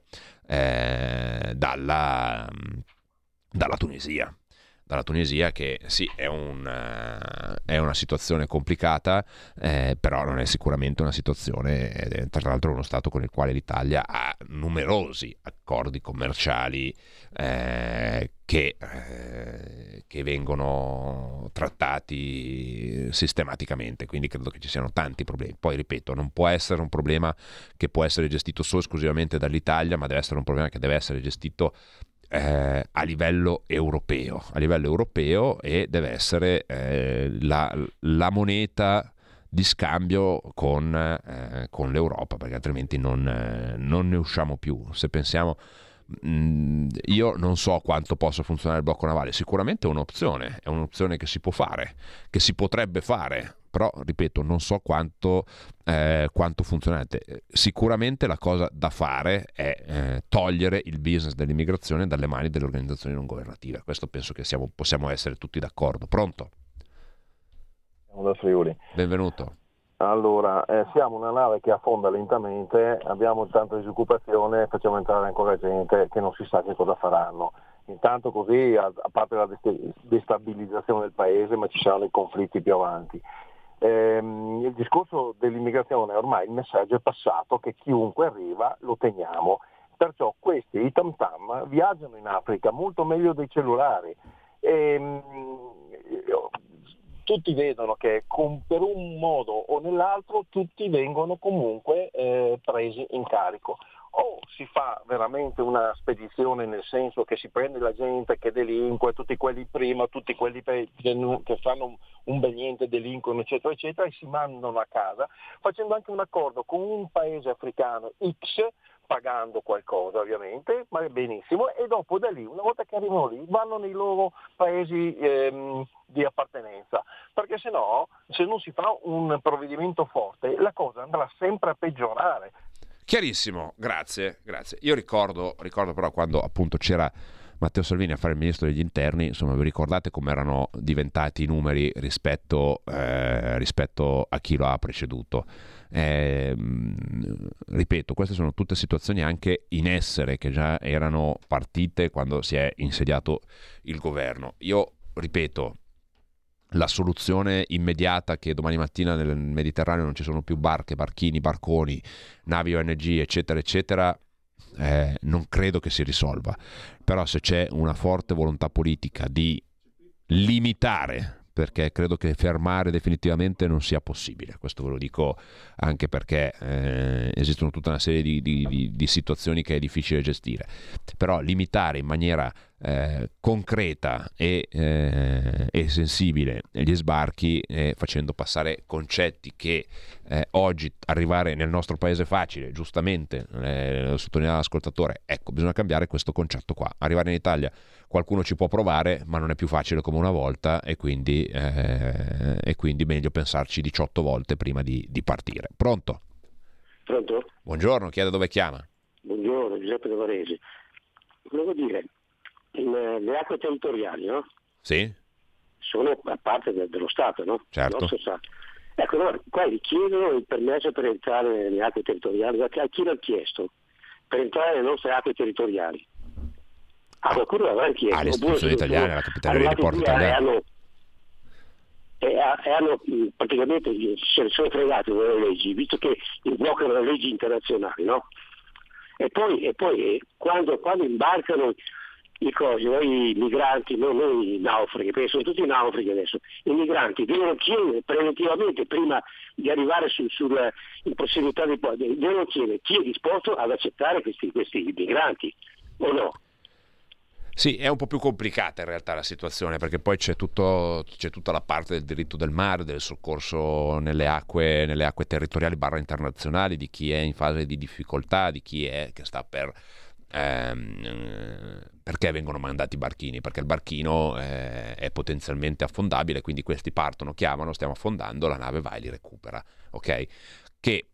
eh, dalla, dalla Tunisia. Dalla Tunisia, che sì, è, un, uh, è una situazione complicata, eh, però non è sicuramente una situazione, eh, tra l'altro uno Stato con il quale l'Italia ha numerosi accordi commerciali eh, che, eh, che vengono trattati sistematicamente, quindi credo che ci siano tanti problemi. Poi ripeto, non può essere un problema che può essere gestito solo esclusivamente dall'Italia, ma deve essere un problema che deve essere gestito Eh, a livello europeo, a livello europeo e deve essere eh, la, la moneta di scambio con, eh, con l'Europa, perché altrimenti non, eh, non ne usciamo più. Se pensiamo, mh, io non so quanto possa funzionare il blocco navale, sicuramente è un'opzione, è un'opzione che si può fare, che si potrebbe fare, però ripeto, non so quanto, eh, quanto funzionante. Sicuramente la cosa da fare è eh, togliere il business dell'immigrazione dalle mani delle organizzazioni non governative. Questo penso che siamo, possiamo essere tutti d'accordo. Pronto? Siamo da Friuli. Benvenuto. Allora, eh, siamo una nave che affonda lentamente, abbiamo tanta disoccupazione, facciamo entrare ancora gente che non si sa che cosa faranno. Intanto così, a, a parte la destabilizzazione del paese, ma ci saranno i conflitti più avanti. Ehm, il discorso dell'immigrazione, ormai il messaggio è passato che chiunque arriva lo teniamo, perciò questi, i tam tam, viaggiano in Africa molto meglio dei cellulari. Ehm, tutti vedono che con, per un modo o nell'altro tutti vengono comunque eh, presi in carico. O si fa veramente una spedizione, nel senso che si prende la gente che delinque, tutti quelli prima, tutti quelli che, che fanno un bel niente, delinquono eccetera eccetera, e si mandano a casa, facendo anche un accordo con un paese africano X, pagando qualcosa ovviamente, ma benissimo, e dopo da lì, una volta che arrivano lì, vanno nei loro paesi ehm, di appartenenza, perché se no, se non si fa un provvedimento forte, la cosa andrà sempre a peggiorare. Chiarissimo, grazie, grazie. Io ricordo, ricordo però quando appunto c'era Matteo Salvini a fare il ministro degli interni, insomma, vi ricordate come erano diventati i numeri rispetto, eh, rispetto a chi lo ha preceduto? Eh, ripeto, queste sono tutte situazioni anche in essere che già erano partite quando si è insediato il governo. Io ripeto, la soluzione immediata che domani mattina nel Mediterraneo non ci sono più barche, barchini, barconi, navi O N G eccetera eccetera, eh, non credo che si risolva. Però se c'è una forte volontà politica di limitare, perché credo che fermare definitivamente non sia possibile, questo ve lo dico anche perché eh, esistono tutta una serie di, di, di, di situazioni che è difficile gestire, però limitare in maniera eh, concreta e, eh, e sensibile gli sbarchi, eh, facendo passare concetti che eh, oggi arrivare nel nostro paese è facile, giustamente eh, lo sottolineava l'ascoltatore, ecco, bisogna cambiare questo concetto qua. Arrivare in Italia qualcuno ci può provare, ma non è più facile come una volta, e quindi, eh, e quindi meglio pensarci diciotto volte prima di, di partire. Pronto? Pronto? Buongiorno, chiede dove chiama. Buongiorno, Giuseppe da Varese. Volevo dire, in, eh, le acque territoriali, no? Sì. Sono a parte de- dello Stato, no? Certo. Stato. Ecco, no, qua richiedono il permesso per entrare nelle acque territoriali. A chi l'ha chiesto? Per entrare nelle nostre acque territoriali. Ah, qualcuno l'avrà chiesto. Ah, le istituzioni italiane, la capitaneria di porto italiana. E italiano. hanno, e, e hanno praticamente se ne sono fregati delle leggi, visto che invocano le leggi internazionali, no? E poi, e poi quando, quando imbarcano i cosi, i migranti, non noi naufraghi, perché sono tutti naufraghi adesso, i migranti devono chiedere preventivamente, prima di arrivare su, sul, in prossimità dei porti, devono chiedere chi è disposto ad accettare questi, questi migranti, o no? Sì, è un po' più complicata in realtà la situazione, perché poi c'è, tutto, c'è tutta la parte del diritto del mare, del soccorso nelle acque, nelle acque territoriali barra internazionali, di chi è in fase di difficoltà, di chi è che sta per... Ehm, perché vengono mandati i barchini? Perché il barchino eh, è potenzialmente affondabile, quindi questi partono, chiamano, stiamo affondando, la nave va e li recupera, ok? Che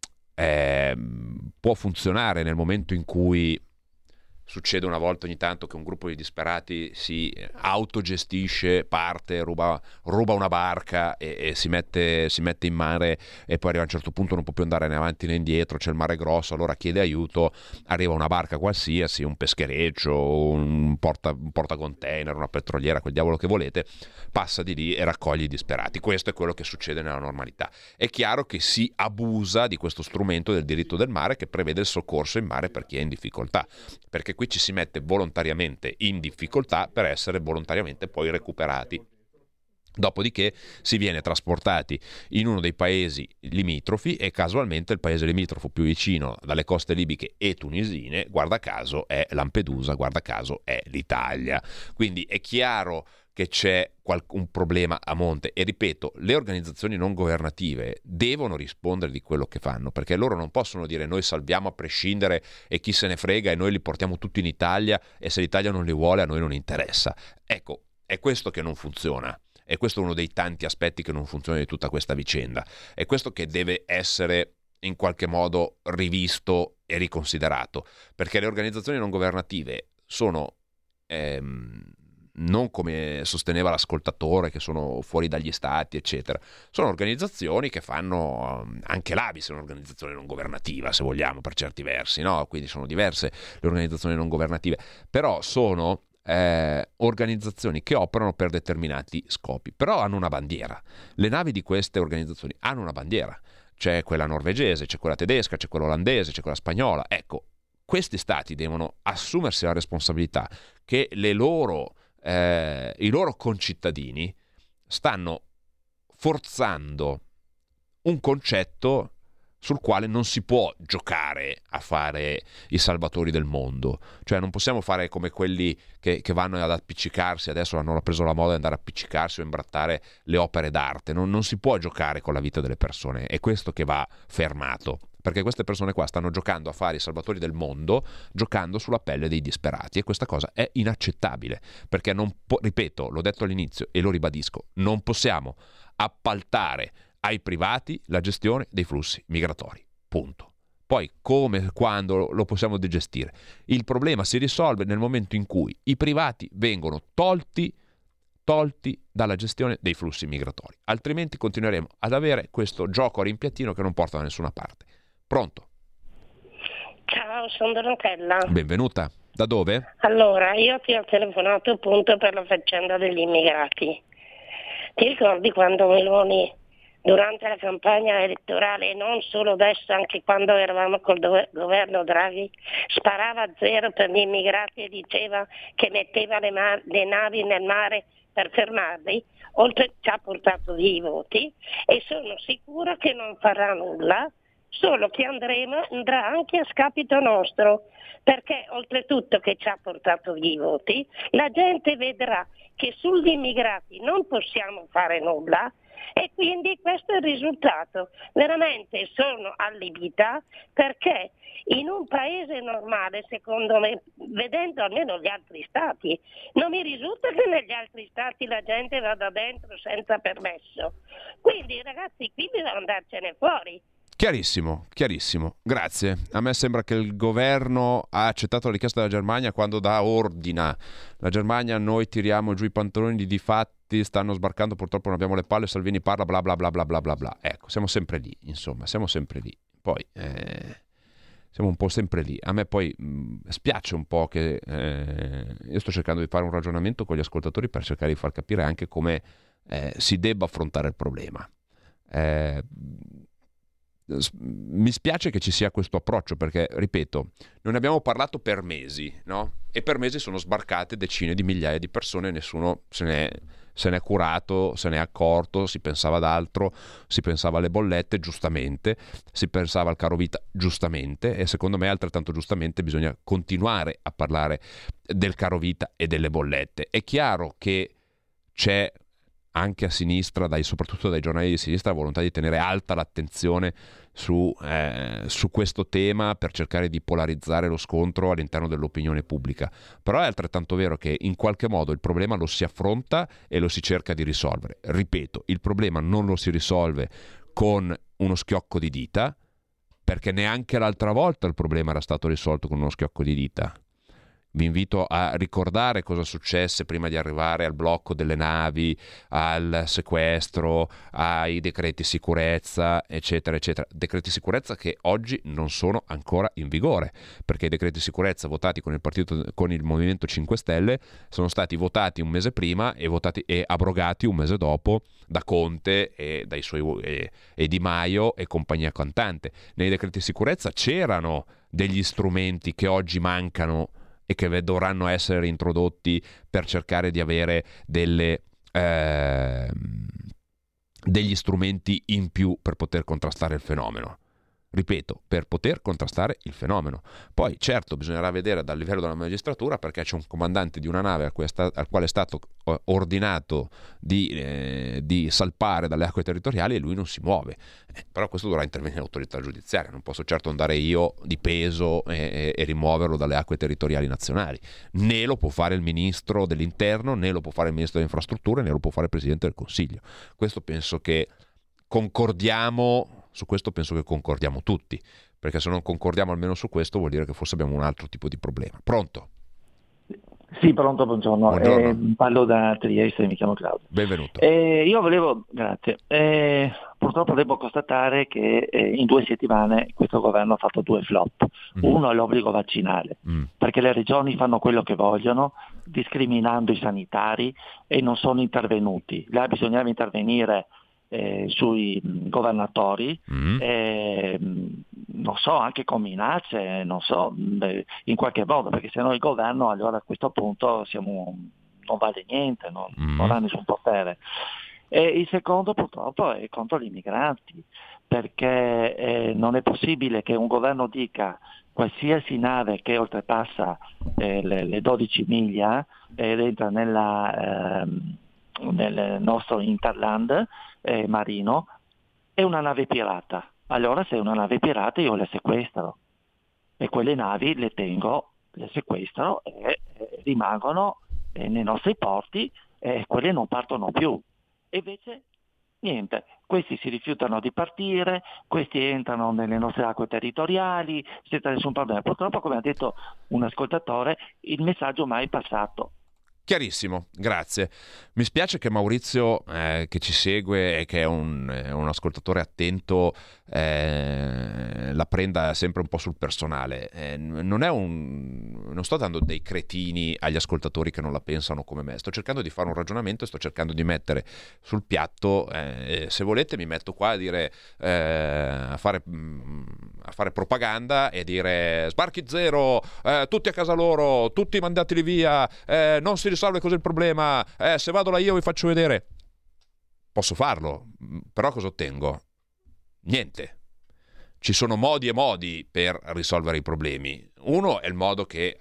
eh, può funzionare nel momento in cui succede una volta ogni tanto che un gruppo di disperati si autogestisce, parte, ruba, ruba una barca e, e si, mette, si mette in mare, e poi arriva a un certo punto non può più andare né avanti né indietro, c'è il mare grosso, allora chiede aiuto, arriva una barca qualsiasi, un peschereccio, un, porta, un portacontainer, una petroliera, quel diavolo che volete, passa di lì e raccoglie i disperati. Questo è quello che succede nella normalità. È chiaro che si abusa di questo strumento del diritto del mare che prevede il soccorso in mare per chi è in difficoltà, perché qui ci si mette volontariamente in difficoltà per essere volontariamente poi recuperati. Dopodiché si viene trasportati in uno dei paesi limitrofi, e casualmente il paese limitrofo più vicino dalle coste libiche e tunisine, guarda caso, è Lampedusa, guarda caso è l'Italia. Quindi è chiaro che c'è un problema a monte, e ripeto, le organizzazioni non governative devono rispondere di quello che fanno, perché loro non possono dire noi salviamo a prescindere e chi se ne frega e noi li portiamo tutti in Italia e se l'Italia non li vuole a noi non interessa. Ecco, è questo che non funziona, e questo è uno dei tanti aspetti che non funziona di tutta questa vicenda, è questo che deve essere in qualche modo rivisto e riconsiderato, perché le organizzazioni non governative sono ehm, non come sosteneva l'ascoltatore, che sono fuori dagli stati eccetera, sono organizzazioni che fanno, anche l'A B I S è un'organizzazione non governativa se vogliamo per certi versi, no? Quindi sono diverse le organizzazioni non governative, però sono eh, organizzazioni che operano per determinati scopi, però hanno una bandiera. Le navi di queste organizzazioni hanno una bandiera, c'è quella norvegese, c'è quella tedesca, c'è quella olandese, c'è quella spagnola. Ecco, questi stati devono assumersi la responsabilità che le loro Eh, i loro concittadini stanno forzando un concetto sul quale non si può giocare a fare i salvatori del mondo. Cioè non possiamo fare come quelli che, che vanno ad appiccicarsi, adesso hanno preso la moda di andare a appiccicarsi o imbrattare le opere d'arte. Non, non si può giocare con la vita delle persone, è questo che va fermato, perché queste persone qua stanno giocando a fare i salvatori del mondo, giocando sulla pelle dei disperati, e questa cosa è inaccettabile, perché non po- ripeto, l'ho detto all'inizio e lo ribadisco, non possiamo appaltare ai privati la gestione dei flussi migratori, punto. Poi come, quando lo possiamo gestire? Il problema si risolve nel momento in cui i privati vengono tolti tolti dalla gestione dei flussi migratori, altrimenti continueremo ad avere questo gioco a rimpiattino che non porta da nessuna parte. Pronto? Ciao, sono Donatella. Benvenuta. Da dove? Allora, io ti ho telefonato appunto per la faccenda degli immigrati. Ti ricordi quando Meloni, durante la campagna elettorale, e non solo adesso, anche quando eravamo col do- governo Draghi, sparava a zero per gli immigrati e diceva che metteva le, ma- le navi nel mare per fermarli? Oltre ci ha portato via i voti, e sono sicura che non farà nulla, solo che andremo, andrà anche a scapito nostro, perché oltretutto che ci ha portato via i voti, la gente vedrà che sugli immigrati non possiamo fare nulla, e quindi questo è il risultato. Veramente sono allibita, perché in un paese normale, secondo me, vedendo almeno gli altri stati, non mi risulta che negli altri stati la gente vada dentro senza permesso. Quindi ragazzi, qui bisogna andarcene fuori. Chiarissimo, chiarissimo, grazie. A me sembra che il governo ha accettato la richiesta della Germania quando dà ordina. La Germania, noi tiriamo giù i pantaloni di difatti, stanno sbarcando, purtroppo non abbiamo le palle, Salvini parla bla bla bla bla bla bla bla. Ecco, siamo sempre lì, insomma, siamo sempre lì. Poi eh, siamo un po' sempre lì. A me poi mh, spiace un po' che eh, io sto cercando di fare un ragionamento con gli ascoltatori per cercare di far capire anche come eh, si debba affrontare il problema. Eh, mi spiace che ci sia questo approccio, perché, ripeto, non ne abbiamo parlato per mesi, no? E per mesi sono sbarcate decine di migliaia di persone e nessuno se ne è, se ne è curato, se ne è accorto, si pensava ad altro, si pensava alle bollette, giustamente, si pensava al carovita, giustamente, e secondo me altrettanto giustamente bisogna continuare a parlare del carovita e delle bollette. È chiaro che c'è anche a sinistra, dai, soprattutto dai giornali di sinistra, la volontà di tenere alta l'attenzione su, eh, su questo tema per cercare di polarizzare lo scontro all'interno dell'opinione pubblica. Però è altrettanto vero che in qualche modo il problema lo si affronta e lo si cerca di risolvere. Ripeto, il problema non lo si risolve con uno schiocco di dita, perché neanche l'altra volta il problema era stato risolto con uno schiocco di dita. Vi invito a ricordare cosa successe prima di arrivare al blocco delle navi, al sequestro, ai decreti sicurezza, eccetera, eccetera. Decreti sicurezza che oggi non sono ancora in vigore, perché i decreti sicurezza votati con il partito, con il Movimento cinque Stelle sono stati votati un mese prima e, votati, e abrogati un mese dopo da Conte e, dai suoi, e, e Di Maio e compagnia cantante. Nei decreti sicurezza c'erano degli strumenti che oggi mancano e che dovranno essere reintrodotti per cercare di avere delle, eh, degli strumenti in più per poter contrastare il fenomeno. Ripeto, per poter contrastare il fenomeno. Poi certo bisognerà vedere dal livello della magistratura, perché c'è un comandante di una nave al, cui è sta- al quale è stato ordinato di, eh, di salpare dalle acque territoriali e lui non si muove. Eh, però questo dovrà intervenire l'autorità giudiziaria, non posso certo andare io di peso e, e, e rimuoverlo dalle acque territoriali nazionali. Né lo può fare il ministro dell'interno, né lo può fare il ministro delle infrastrutture, né lo può fare il presidente del Consiglio. Questo penso che concordiamo... Su questo penso che concordiamo tutti, perché se non concordiamo almeno su questo vuol dire che forse abbiamo un altro tipo di problema. Pronto? Sì, pronto, buongiorno. buongiorno. Eh, parlo da Trieste, mi chiamo Claudio. Benvenuto. Eh, io volevo, grazie, eh, purtroppo devo constatare che eh, in due settimane questo governo ha fatto due flop. Mm. Uno è l'obbligo vaccinale, mm. perché le regioni fanno quello che vogliono, discriminando i sanitari e non sono intervenuti. Là bisognava intervenire Eh, sui governatori, mm. eh, non so, anche con minacce, non so, beh, in qualche modo, perché se no il governo allora a questo punto siamo, non vale niente, non, mm. non ha nessun potere. E il secondo purtroppo è contro gli immigranti, perché eh, non è possibile che un governo dica qualsiasi nave che oltrepassa eh, le, le dodici miglia ed entra nella, eh, nel nostro interland eh, marino è una nave pirata. Allora se è una nave pirata io le sequestro e quelle navi le tengo, le sequestro e, e rimangono eh, nei nostri porti e quelle non partono più. E invece niente, questi si rifiutano di partire, questi entrano nelle nostre acque territoriali senza nessun problema. Purtroppo, come ha detto un ascoltatore, il messaggio mai è passato. Chiarissimo, grazie. Mi spiace che Maurizio, eh, che ci segue e che è un, è un ascoltatore attento, eh, la prenda sempre un po' sul personale. Eh, non è un, non sto dando dei cretini agli ascoltatori che non la pensano come me. Sto cercando di fare un ragionamento e sto cercando di mettere sul piatto. Eh, se volete, mi metto qua a dire, eh, a fare, a fare propaganda e dire sbarchi zero, eh, tutti a casa loro, tutti mandateli via, eh, non si risolve così il problema, eh, se vado là io vi faccio vedere. Posso farlo, però cosa ottengo? Niente. Ci sono modi e modi per risolvere i problemi. Uno è il modo che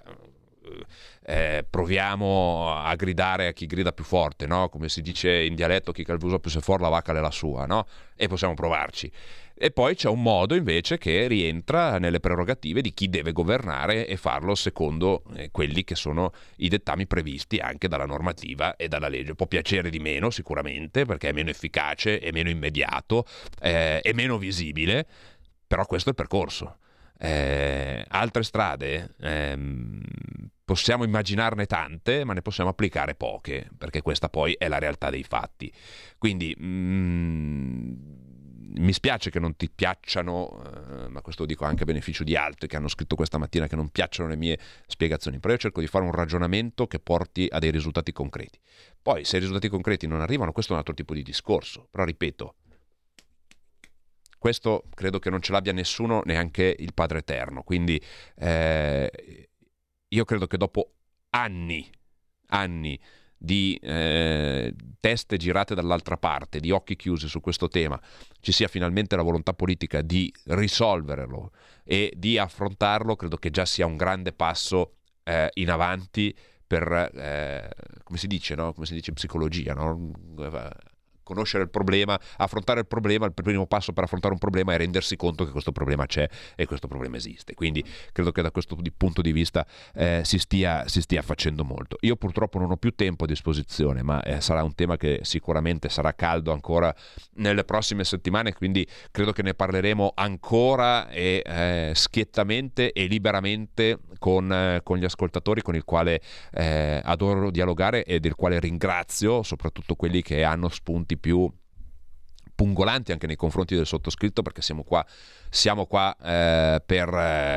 eh, proviamo a gridare a chi grida più forte, no? Come si dice in dialetto, chi calvuso più se for la vacca è la sua, no? E possiamo provarci. E poi c'è un modo invece che rientra nelle prerogative di chi deve governare e farlo secondo eh, quelli che sono i dettami previsti anche dalla normativa e dalla legge. Può piacere di meno sicuramente perché è meno efficace, è meno immediato, eh, è meno visibile, però questo è il percorso. Eh, altre strade ehm, possiamo immaginarne tante, ma ne possiamo applicare poche, perché questa poi è la realtà dei fatti. Quindi mm, mi spiace che non ti piacciono, eh, ma questo lo dico anche a beneficio di altri che hanno scritto questa mattina che non piacciono le mie spiegazioni, però io cerco di fare un ragionamento che porti a dei risultati concreti. Poi se i risultati concreti non arrivano, questo è un altro tipo di discorso, però ripeto, questo credo che non ce l'abbia nessuno, neanche il Padre Eterno, quindi eh, io credo che dopo anni, anni di eh, teste girate dall'altra parte, di occhi chiusi su questo tema, ci sia finalmente la volontà politica di risolverlo e di affrontarlo. Credo che già sia un grande passo eh, in avanti per, eh, come si dice, no? Come si dice in psicologia, no? Conoscere il problema, affrontare il problema. Il primo passo per affrontare un problema è rendersi conto che questo problema c'è e questo problema esiste, quindi credo che da questo punto di vista eh, si, stia, si stia facendo molto. Io purtroppo non ho più tempo a disposizione, ma eh, sarà un tema che sicuramente sarà caldo ancora nelle prossime settimane, quindi credo che ne parleremo ancora e eh, schiettamente e liberamente con, eh, con gli ascoltatori, con il quale eh, adoro dialogare e del quale ringrazio soprattutto quelli che hanno spunti più pungolanti anche nei confronti del sottoscritto, perché siamo qua, siamo qua eh, per,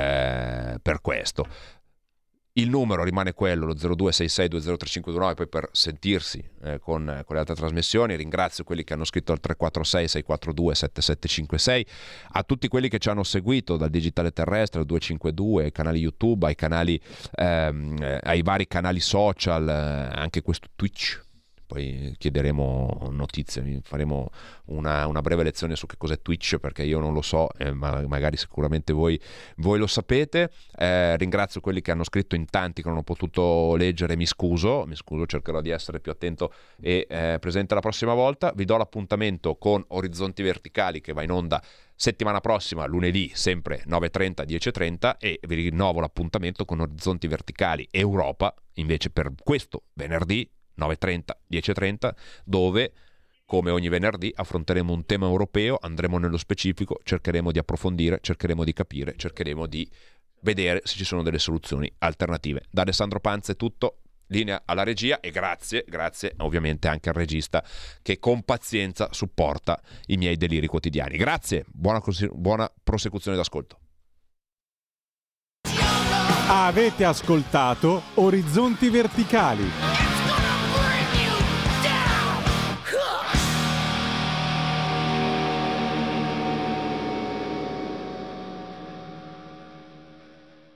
eh, per questo. Il numero rimane quello, lo zero due sei sei due zero tre cinque due nove, poi per sentirsi eh, con, con le altre trasmissioni. Ringrazio quelli che hanno scritto al tre quattro sei sei quattro due sette sette cinque sei, a tutti quelli che ci hanno seguito dal digitale terrestre al due cinque due, ai canali YouTube, ai canali ehm, ai vari canali social, eh, anche questo Twitch. Poi chiederemo notizie, faremo una, una breve lezione su che cos'è Twitch, perché io non lo so, eh, ma magari sicuramente voi, voi lo sapete. Eh, ringrazio quelli che hanno scritto in tanti, che non ho potuto leggere, mi scuso, mi scuso, cercherò di essere più attento e eh, presente la prossima volta. Vi do l'appuntamento con Orizzonti Verticali, che va in onda settimana prossima, lunedì, sempre nove e trenta, dieci e trenta, e vi rinnovo l'appuntamento con Orizzonti Verticali Europa, invece per questo venerdì, nove e trenta, dieci e trenta, dove, come ogni venerdì, affronteremo un tema europeo, andremo nello specifico, cercheremo di approfondire, cercheremo di capire, cercheremo di vedere se ci sono delle soluzioni alternative. Da Alessandro Panza è tutto, linea alla regia, e grazie, grazie ovviamente anche al regista che con pazienza supporta i miei deliri quotidiani. Grazie, buona, buona prosecuzione d'ascolto. Avete ascoltato Orizzonti Verticali.